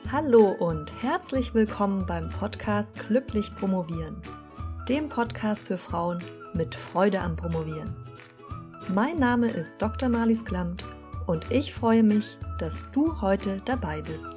Hallo und herzlich willkommen beim Podcast Glücklich Promovieren, dem Podcast für Frauen mit Freude am Promovieren. Mein Name ist Dr. Marlies Klamt und ich freue mich, dass du heute dabei bist.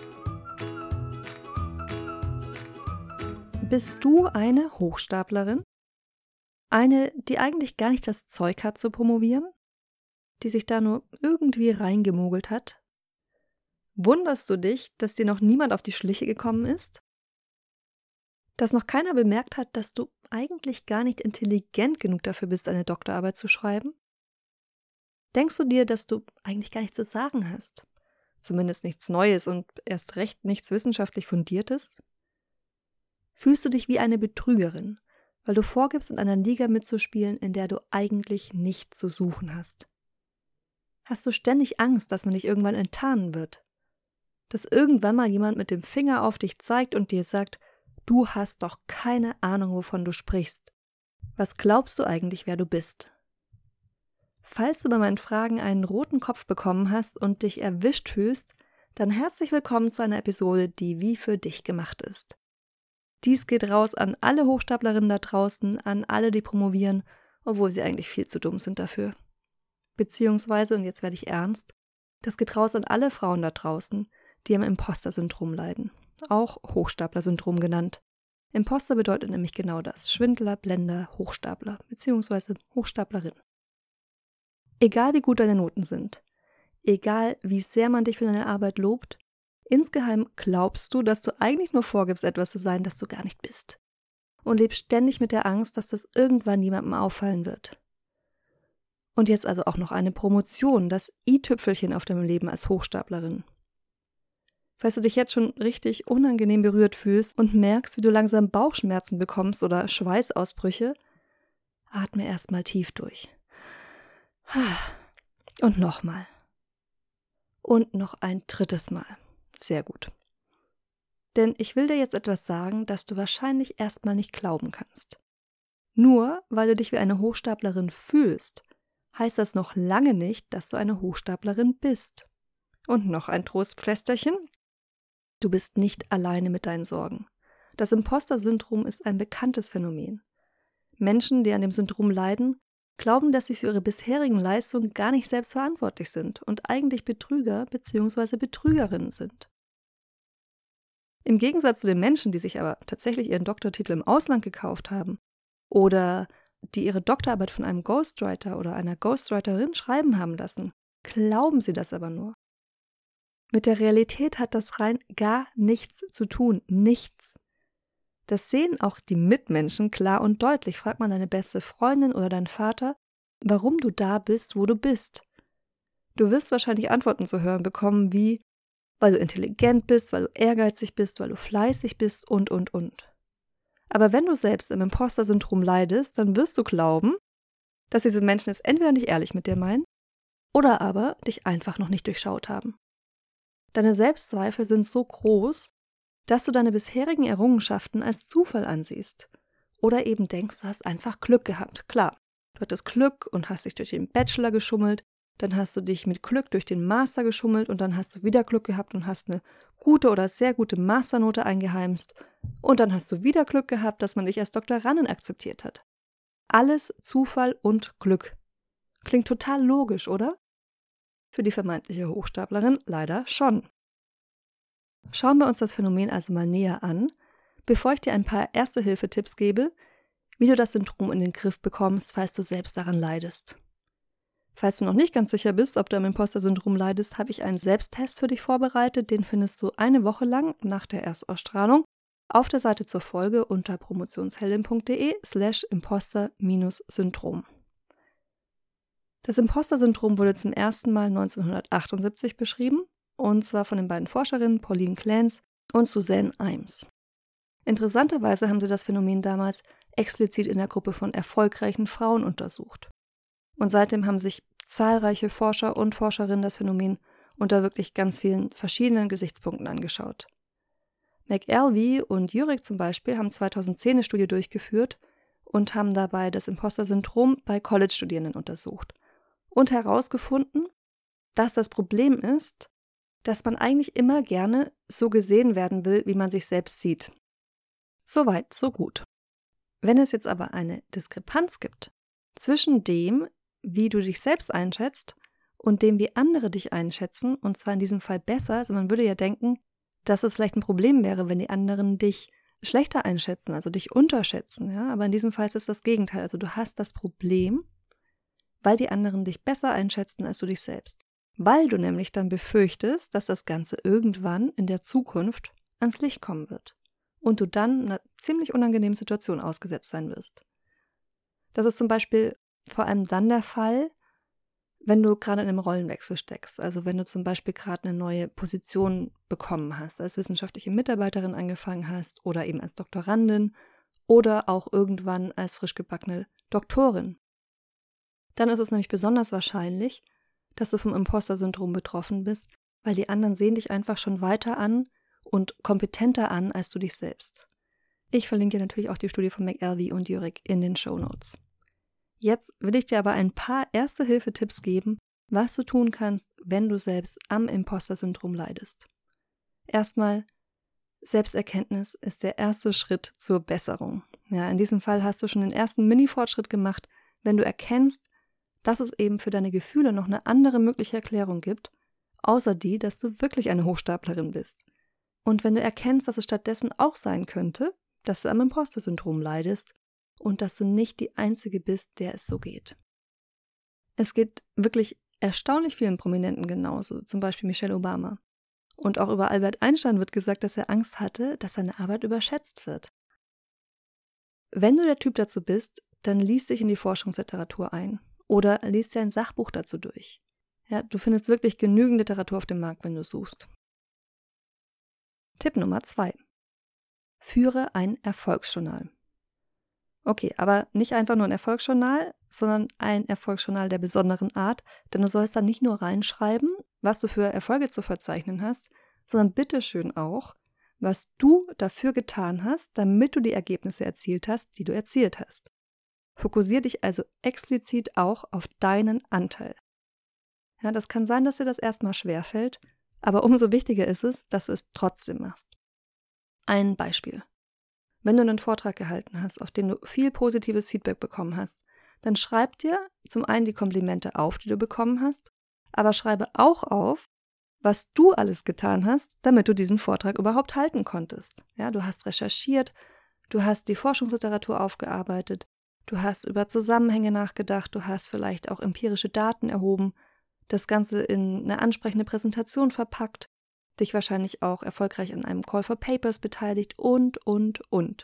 Bist du eine Hochstaplerin? Eine, die eigentlich gar nicht das Zeug hat zu promovieren? Die sich da nur irgendwie reingemogelt hat? Wunderst du dich, dass dir noch niemand auf die Schliche gekommen ist? Dass noch keiner bemerkt hat, dass du eigentlich gar nicht intelligent genug dafür bist, eine Doktorarbeit zu schreiben? Denkst du dir, dass du eigentlich gar nichts zu sagen hast? Zumindest nichts Neues und erst recht nichts wissenschaftlich Fundiertes? Fühlst du dich wie eine Betrügerin, weil du vorgibst, in einer Liga mitzuspielen, in der du eigentlich nichts zu suchen hast? Hast du ständig Angst, dass man dich irgendwann enttarnen wird? Dass irgendwann mal jemand mit dem Finger auf dich zeigt und dir sagt, du hast doch keine Ahnung, wovon du sprichst. Was glaubst du eigentlich, wer du bist? Falls du bei meinen Fragen einen roten Kopf bekommen hast und dich erwischt fühlst, dann herzlich willkommen zu einer Episode, die wie für dich gemacht ist. Dies geht raus an alle Hochstaplerinnen da draußen, an alle, die promovieren, obwohl sie eigentlich viel zu dumm sind dafür. Beziehungsweise, und jetzt werde ich ernst, das geht raus an alle Frauen da draußen, die am Imposter-Syndrom leiden, auch Hochstapler-Syndrom genannt. Imposter bedeutet nämlich genau das, Schwindler, Blender, Hochstapler bzw. Hochstaplerin. Egal wie gut deine Noten sind, egal wie sehr man dich für deine Arbeit lobt, insgeheim glaubst du, dass du eigentlich nur vorgibst, etwas zu sein, das du gar nicht bist. Und lebst ständig mit der Angst, dass das irgendwann jemandem auffallen wird. Und jetzt also auch noch eine Promotion, das i-Tüpfelchen auf deinem Leben als Hochstaplerin. Falls du dich jetzt schon richtig unangenehm berührt fühlst und merkst, wie du langsam Bauchschmerzen bekommst oder Schweißausbrüche, atme erstmal tief durch. Und nochmal. Und noch ein drittes Mal. Sehr gut. Denn ich will dir jetzt etwas sagen, das du wahrscheinlich erstmal nicht glauben kannst. Nur weil du dich wie eine Hochstaplerin fühlst, heißt das noch lange nicht, dass du eine Hochstaplerin bist. Und noch ein Trostpflästerchen. Du bist nicht alleine mit deinen Sorgen. Das Imposter-Syndrom ist ein bekanntes Phänomen. Menschen, die an dem Syndrom leiden, glauben, dass sie für ihre bisherigen Leistungen gar nicht selbst verantwortlich sind und eigentlich Betrüger bzw. Betrügerinnen sind. Im Gegensatz zu den Menschen, die sich aber tatsächlich ihren Doktortitel im Ausland gekauft haben oder die ihre Doktorarbeit von einem Ghostwriter oder einer Ghostwriterin schreiben haben lassen, glauben sie das aber nur. Mit der Realität hat das rein gar nichts zu tun, nichts. Das sehen auch die Mitmenschen klar und deutlich. Frag mal deine beste Freundin oder deinen Vater, warum du da bist, wo du bist. Du wirst wahrscheinlich Antworten zu hören bekommen wie, weil du intelligent bist, weil du ehrgeizig bist, weil du fleißig bist und. Aber wenn du selbst im Imposter-Syndrom leidest, dann wirst du glauben, dass diese Menschen es entweder nicht ehrlich mit dir meinen oder aber dich einfach noch nicht durchschaut haben. Deine Selbstzweifel sind so groß, dass du deine bisherigen Errungenschaften als Zufall ansiehst. Oder eben denkst, du hast einfach Glück gehabt. Klar, du hattest Glück und hast dich durch den Bachelor geschummelt, dann hast du dich mit Glück durch den Master geschummelt und dann hast du wieder Glück gehabt und hast eine gute oder sehr gute Masternote eingeheimst und dann hast du wieder Glück gehabt, dass man dich als Doktorandin akzeptiert hat. Alles Zufall und Glück. Klingt total logisch, oder? Für die vermeintliche Hochstaplerin leider schon. Schauen wir uns das Phänomen also mal näher an, bevor ich dir ein paar Erste-Hilfe-Tipps gebe, wie du das Syndrom in den Griff bekommst, falls du selbst daran leidest. Falls du noch nicht ganz sicher bist, ob du am Imposter-Syndrom leidest, habe ich einen Selbsttest für dich vorbereitet, den findest du eine Woche lang nach der Erstausstrahlung auf der Seite zur Folge unter promotionsheldin.de/imposter-syndrom. Das Imposter-Syndrom wurde zum ersten Mal 1978 beschrieben, und zwar von den beiden Forscherinnen Pauline Clance und Suzanne Imes. Interessanterweise haben sie das Phänomen damals explizit in der Gruppe von erfolgreichen Frauen untersucht. Und seitdem haben sich zahlreiche Forscher und Forscherinnen das Phänomen unter wirklich ganz vielen verschiedenen Gesichtspunkten angeschaut. McElvey und Jurek zum Beispiel haben 2010 eine Studie durchgeführt und haben dabei das Imposter-Syndrom bei College-Studierenden untersucht und herausgefunden, dass das Problem ist, dass man eigentlich immer gerne so gesehen werden will, wie man sich selbst sieht. Soweit, so gut. Wenn es jetzt aber eine Diskrepanz gibt zwischen dem, wie du dich selbst einschätzt und dem, wie andere dich einschätzen, und zwar in diesem Fall besser, also man würde ja denken, dass es vielleicht ein Problem wäre, wenn die anderen dich schlechter einschätzen, also dich unterschätzen, ja, aber in diesem Fall ist es das Gegenteil, also du hast das Problem, weil die anderen dich besser einschätzen als du dich selbst. Weil du nämlich dann befürchtest, dass das Ganze irgendwann in der Zukunft ans Licht kommen wird und du dann einer ziemlich unangenehmen Situation ausgesetzt sein wirst. Das ist zum Beispiel vor allem dann der Fall, wenn du gerade in einem Rollenwechsel steckst, also wenn du zum Beispiel gerade eine neue Position bekommen hast, als wissenschaftliche Mitarbeiterin angefangen hast oder eben als Doktorandin oder auch irgendwann als frisch gebackene Doktorin. Dann ist es nämlich besonders wahrscheinlich, dass du vom Imposter-Syndrom betroffen bist, weil die anderen sehen dich einfach schon weiter an und kompetenter an als du dich selbst. Ich verlinke dir natürlich auch die Studie von McElvey und Jurek in den Shownotes. Jetzt will ich dir aber ein paar Erste-Hilfe-Tipps geben, was du tun kannst, wenn du selbst am Imposter-Syndrom leidest. Erstmal, Selbsterkenntnis ist der erste Schritt zur Besserung. Ja, in diesem Fall hast du schon den ersten Mini-Fortschritt gemacht, wenn du erkennst, dass es eben für deine Gefühle noch eine andere mögliche Erklärung gibt, außer die, dass du wirklich eine Hochstaplerin bist. Und wenn du erkennst, dass es stattdessen auch sein könnte, dass du am Imposter-Syndrom leidest und dass du nicht die Einzige bist, der es so geht. Es geht wirklich erstaunlich vielen Prominenten genauso, zum Beispiel Michelle Obama. Und auch über Albert Einstein wird gesagt, dass er Angst hatte, dass seine Arbeit überschätzt wird. Wenn du der Typ dazu bist, dann lies dich in die Forschungsliteratur ein oder lies dir ein Sachbuch dazu durch. Ja, du findest wirklich genügend Literatur auf dem Markt, wenn du suchst. Tipp Nummer 2. Führe ein Erfolgsjournal. Okay, aber nicht einfach nur ein Erfolgsjournal, sondern ein Erfolgsjournal der besonderen Art, denn du sollst da nicht nur reinschreiben, was du für Erfolge zu verzeichnen hast, sondern bitteschön auch, was du dafür getan hast, damit du die Ergebnisse erzielt hast, die du erzielt hast. Fokussiere dich also explizit auch auf deinen Anteil. Ja, das kann sein, dass dir das erstmal schwerfällt, aber umso wichtiger ist es, dass du es trotzdem machst. Ein Beispiel. Wenn du einen Vortrag gehalten hast, auf den du viel positives Feedback bekommen hast, dann schreib dir zum einen die Komplimente auf, die du bekommen hast, aber schreibe auch auf, was du alles getan hast, damit du diesen Vortrag überhaupt halten konntest. Ja, du hast recherchiert, du hast die Forschungsliteratur aufgearbeitet, du hast über Zusammenhänge nachgedacht, du hast vielleicht auch empirische Daten erhoben, das Ganze in eine ansprechende Präsentation verpackt, dich wahrscheinlich auch erfolgreich an einem Call for Papers beteiligt und. Und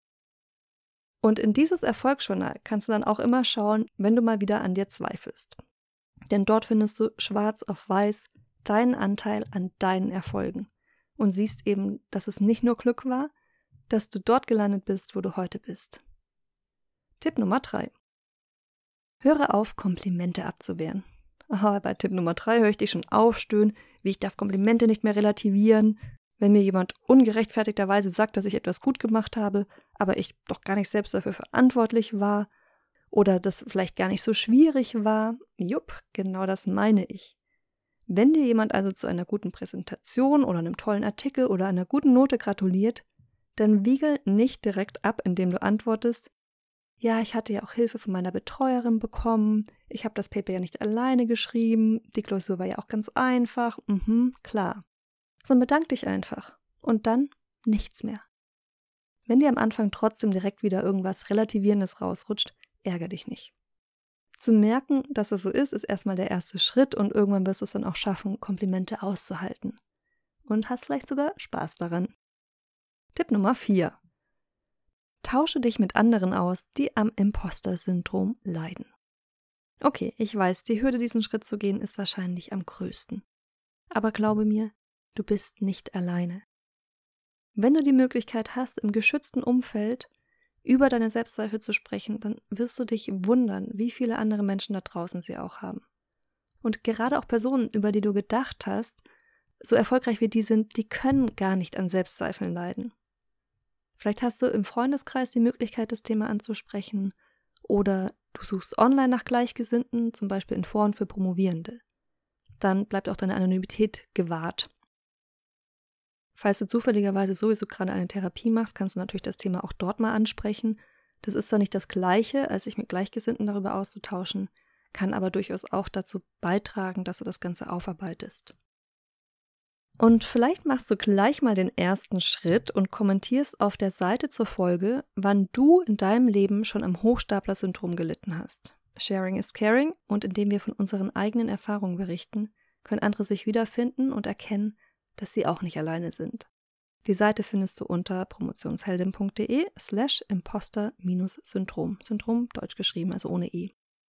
in dieses Erfolgsjournal kannst du dann auch immer schauen, wenn du mal wieder an dir zweifelst. Denn dort findest du schwarz auf weiß deinen Anteil an deinen Erfolgen und siehst eben, dass es nicht nur Glück war, dass du dort gelandet bist, wo du heute bist. Tipp Nummer 3. Höre auf, Komplimente abzuwehren. Aha, bei Tipp Nummer 3 höre ich dich schon aufstöhnen, wie ich darf Komplimente nicht mehr relativieren, wenn mir jemand ungerechtfertigterweise sagt, dass ich etwas gut gemacht habe, aber ich doch gar nicht selbst dafür verantwortlich war oder das vielleicht gar nicht so schwierig war. Jupp, genau das meine ich. Wenn dir jemand also zu einer guten Präsentation oder einem tollen Artikel oder einer guten Note gratuliert, dann wiegel nicht direkt ab, indem du antwortest, ja, ich hatte ja auch Hilfe von meiner Betreuerin bekommen, ich habe das Paper ja nicht alleine geschrieben, die Klausur war ja auch ganz einfach, klar. Sondern bedank dich einfach und dann nichts mehr. Wenn dir am Anfang trotzdem direkt wieder irgendwas Relativierendes rausrutscht, ärger dich nicht. Zu merken, dass es so ist erstmal der erste Schritt und irgendwann wirst du es dann auch schaffen, Komplimente auszuhalten. Und hast vielleicht sogar Spaß daran. Tipp Nummer 4. Tausche dich mit anderen aus, die am Imposter-Syndrom leiden. Okay, ich weiß, die Hürde, diesen Schritt zu gehen, ist wahrscheinlich am größten. Aber glaube mir, du bist nicht alleine. Wenn du die Möglichkeit hast, im geschützten Umfeld über deine Selbstzweifel zu sprechen, dann wirst du dich wundern, wie viele andere Menschen da draußen sie auch haben. Und gerade auch Personen, über die du gedacht hast, so erfolgreich wie die sind, die können gar nicht an Selbstzweifeln leiden. Vielleicht hast du im Freundeskreis die Möglichkeit, das Thema anzusprechen oder du suchst online nach Gleichgesinnten, zum Beispiel in Foren für Promovierende. dann bleibt auch deine Anonymität gewahrt. Falls du zufälligerweise sowieso gerade eine Therapie machst, kannst du natürlich das Thema auch dort mal ansprechen. Das ist zwar nicht das Gleiche, als sich mit Gleichgesinnten darüber auszutauschen, kann aber durchaus auch dazu beitragen, dass du das Ganze aufarbeitest. Und vielleicht machst du gleich mal den ersten Schritt und kommentierst auf der Seite zur Folge, wann du in deinem Leben schon am Hochstapler-Syndrom gelitten hast. Sharing is caring, und indem wir von unseren eigenen Erfahrungen berichten, können andere sich wiederfinden und erkennen, dass sie auch nicht alleine sind. Die Seite findest du unter promotionsheldin.de/imposter-syndrom. Syndrom deutsch geschrieben, also ohne E.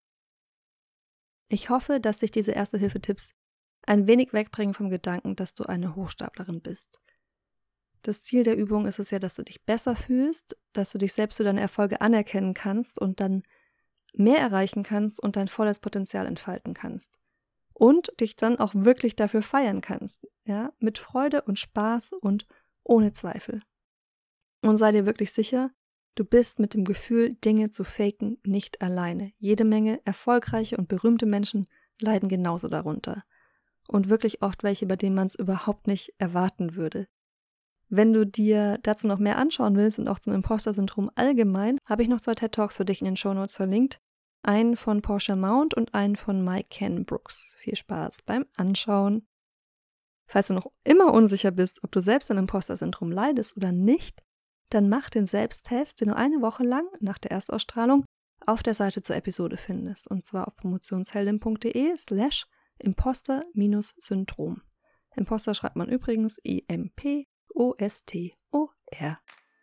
Ich hoffe, dass dich diese Erste-Hilfe-Tipps ein wenig wegbringen vom Gedanken, dass du eine Hochstaplerin bist. Das Ziel der Übung ist es ja, dass du dich besser fühlst, dass du dich selbst für deine Erfolge anerkennen kannst und dann mehr erreichen kannst und dein volles Potenzial entfalten kannst. Und dich dann auch wirklich dafür feiern kannst, ja, mit Freude und Spaß und ohne Zweifel. Und sei dir wirklich sicher, du bist mit dem Gefühl, Dinge zu faken, nicht alleine. Jede Menge erfolgreiche und berühmte Menschen leiden genauso darunter. Und wirklich oft welche, bei denen man es überhaupt nicht erwarten würde. Wenn du dir dazu noch mehr anschauen willst und auch zum Imposter-Syndrom allgemein, habe ich noch 2 TED-Talks für dich in den Shownotes verlinkt. Einen von Portia Mount und einen von Mike Cannon-Brookes. Viel Spaß beim Anschauen. Falls du noch immer unsicher bist, ob du selbst am Imposter-Syndrom leidest oder nicht, dann mach den Selbsttest, den du eine Woche lang nach der Erstausstrahlung auf der Seite zur Episode findest. Und zwar auf promotionsheldin.de/imposter-syndrom. Imposter schreibt man übrigens IMPOSTOR.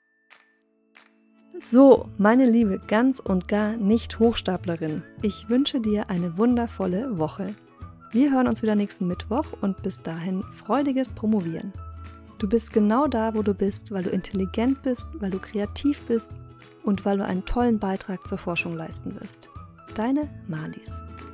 So, meine liebe ganz und gar nicht Hochstaplerin, ich wünsche dir eine wundervolle Woche. Wir hören uns wieder nächsten Mittwoch und bis dahin freudiges Promovieren. Du bist genau da, wo du bist, weil du intelligent bist, weil du kreativ bist und weil du einen tollen Beitrag zur Forschung leisten wirst. Deine Marlies.